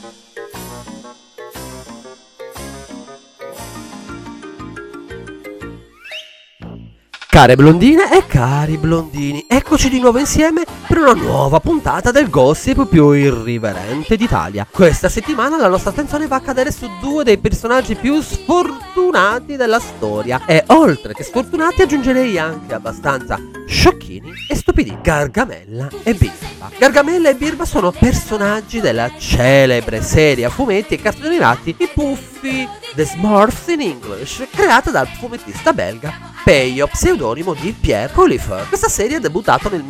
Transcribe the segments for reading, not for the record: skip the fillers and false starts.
Care blondine e cari blondini, eccoci di nuovo insieme per una nuova puntata del gossip più irriverente d'Italia. Questa settimana la nostra attenzione va a cadere su due dei personaggi più sfortunati della storia e oltre che sfortunati aggiungerei anche abbastanza sciocchini e stupidi: Gargamella e Birba. Gargamella e Birba sono personaggi della celebre serie a fumetti e cartoni animati I Puffi, The Smurfs in English, creata dal fumettista belga Peyo, pseudonimo di Pierre Collifer. Questa serie è debuttata nel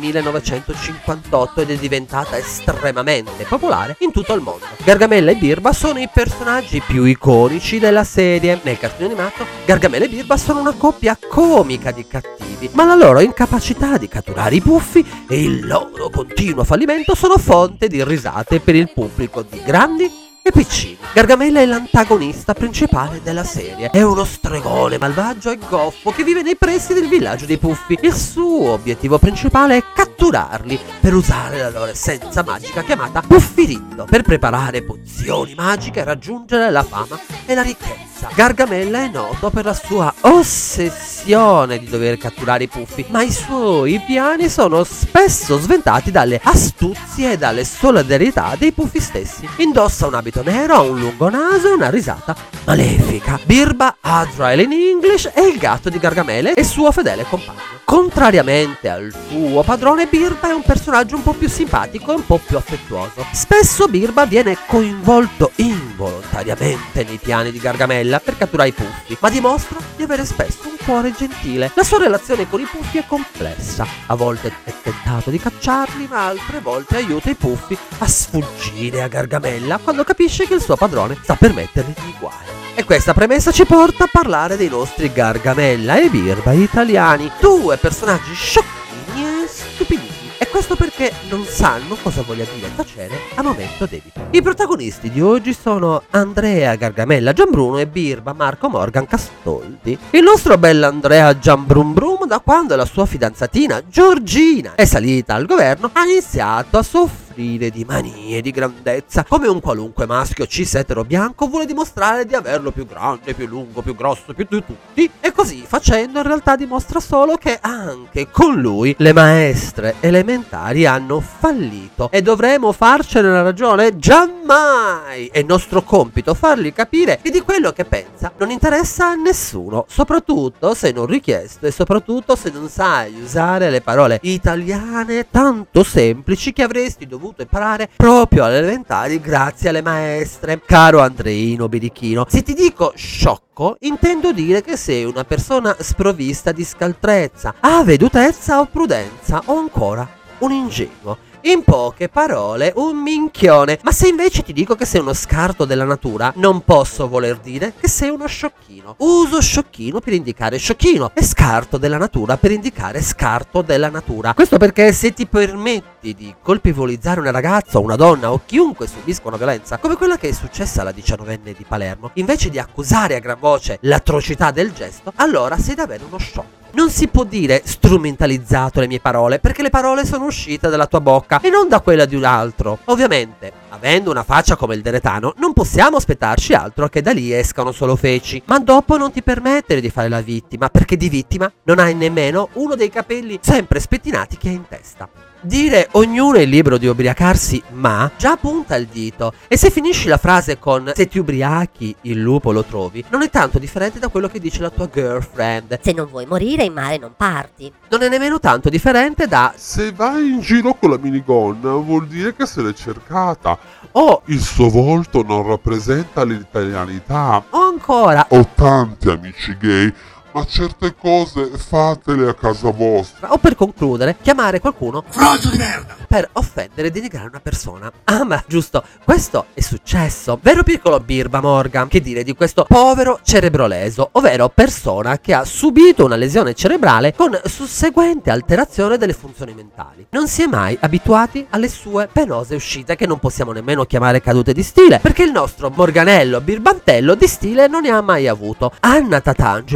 1958 ed è diventata estremamente popolare in tutto il mondo. Gargamella e Birba sono i personaggi più iconici della serie. Nel cartone animato, Gargamella e Birba sono una coppia comica di cattivi, ma la loro incapacità di catturare i puffi e il loro continuo fallimento sono fonte di risate per il pubblico di grandi e piccini. Gargamella è l'antagonista principale della serie. È uno stregone malvagio e goffo che vive nei pressi del villaggio dei Puffi. Il suo obiettivo principale è catturarli per usare la loro essenza magica chiamata Puffiritto per preparare pozioni magiche e raggiungere la fama e la ricchezza. Gargamella è noto per la sua ossessione di dover catturare i Puffi, ma i suoi piani sono spesso sventati dalle astuzie e dalle solidarietà dei Puffi stessi. Indossa un abito nero, ha un lungo naso e una risata malefica. Birba, Azrael in English, è il gatto di Gargamella e il suo fedele compagno. Contrariamente al suo padrone, Birba è un personaggio un po' più simpatico e un po' più affettuoso. Spesso Birba viene coinvolto involontariamente nei piani di Gargamella per catturare i Puffi, ma dimostra di avere spesso un cuore gentile. La sua relazione con i Puffi è complessa. A volte è tentato di cacciarli, ma altre volte aiuta i Puffi a sfuggire a Gargamella quando capisce che il suo padrone sta per metterli di guai. E questa premessa ci porta a parlare dei nostri Gargamella e Birba italiani, due personaggi sciocchini e stupidini. E questo perché non sanno cosa voglia dire tacere a momento debito. I protagonisti di oggi sono Andrea Gargamella Gianbruno e Birba Marco Morgan Castoldi. Il nostro bell'Andrea Gianbrum Brum, da quando la sua fidanzatina Giorgina è salita al governo, ha iniziato a soffrire di manie di grandezza. Come un qualunque maschio cis etero bianco vuole dimostrare di averlo più grande, più lungo, più grosso, più di tutti, e così facendo in realtà dimostra solo che anche con lui le maestre elementari hanno fallito. E dovremo farcene una ragione? Giammai! È nostro compito fargli capire che di quello che pensa non interessa a nessuno, soprattutto se non richiesto e soprattutto se non sai usare le parole italiane tanto semplici che avresti dovuto imparare proprio alle elementari grazie alle maestre. Caro Andreino Birichino, se ti dico sciocco intendo dire che sei una persona sprovvista di scaltrezza, avvedutezza o prudenza, o ancora un ingenuo. In poche parole, un minchione. Ma se invece ti dico che sei uno scarto della natura, non posso voler dire che sei uno sciocchino. Uso sciocchino per indicare sciocchino e scarto della natura per indicare scarto della natura. Questo perché se ti permetti di colpevolizzare una ragazza o una donna o chiunque subisca una violenza, come quella che è successa alla 19enne di Palermo, invece di accusare a gran voce l'atrocità del gesto, allora sei davvero uno sciocco. Non si può dire strumentalizzato le mie parole, perché le parole sono uscite dalla tua bocca e non da quella di un altro. Ovviamente, avendo una faccia come il deretano, non possiamo aspettarci altro che da lì escano solo feci. Ma dopo non ti permettere di fare la vittima, perché di vittima non hai nemmeno uno dei capelli sempre spettinati che hai in testa. Dire ognuno è libero di ubriacarsi, ma già punta il dito. E se finisci la frase con se ti ubriachi il lupo lo trovi, non è tanto differente da quello che dice la tua girlfriend. Se non vuoi morire in mare non parti. Non è nemmeno tanto differente da se vai in giro con la minigonna vuol dire che se l'è cercata. o Il suo volto non rappresenta l'italianità. o ancora Ho tanti amici gay, ma certe cose fatele a casa vostra. o per concludere chiamare qualcuno Frocio di merda! per offendere e denigrare una persona. Ah, ma giusto, questo è successo. Vero piccolo Birba Morgan, che dire di questo povero cerebroleso, ovvero persona che ha subito una lesione cerebrale con susseguente alterazione delle funzioni mentali. Non si è mai abituati alle sue penose uscite, che non possiamo nemmeno chiamare cadute di stile, perché il nostro Morganello Birbantello di stile non ne ha mai avuto. Anna Tatangelo qualche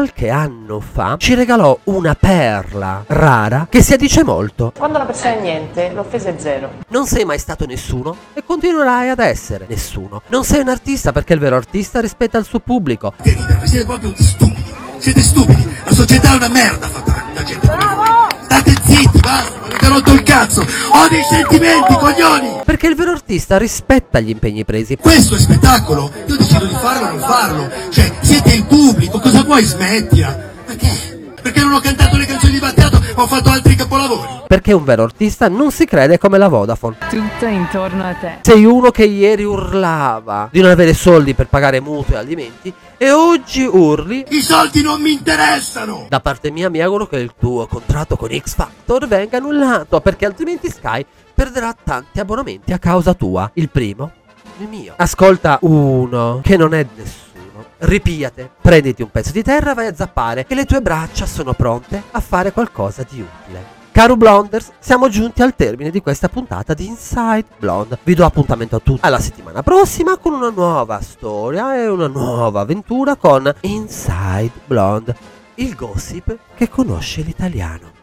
qualche anno fa ci regalò una perla rara che si addice molto. Quando una persona è niente, l'offesa è zero. Non sei mai stato nessuno e continuerai ad essere nessuno. Non sei un artista perché il vero artista rispetta il suo pubblico. Siete proprio stupidi. Siete stupidi. La società è una merda fatta da gente come voi. State zitti, basta, avete rotto il cazzo. Ho dei sentimenti, coglioni. Perché il vero artista rispetta gli impegni presi. Questo è spettacolo. Io decido di farlo o non farlo. Cioè, siete il pubblico, cosa vuoi, smettila? Perché? Perché non ho cantato le canzoni di Battiato, ma ho fatto altri capolavori. Perché un vero artista non si crede come la Vodafone. Tutto intorno a te. Sei uno che ieri urlava di non avere soldi per pagare mutui e alimenti e oggi urli. I soldi non mi interessano. Da parte mia mi auguro che il tuo contratto con X Factor venga annullato, perché altrimenti Sky perderà tanti abbonamenti a causa tua. Il primo, il mio. Ascolta uno che non è nessuno. Ripiate, prenditi un pezzo di terra e vai a zappare, che le tue braccia sono pronte a fare qualcosa di utile. Caro Blonders, siamo giunti al termine di questa puntata di Inside Blonde. Vi do appuntamento a tutti alla settimana prossima con una nuova storia e una nuova avventura con Inside Blonde, il gossip che conosce l'italiano.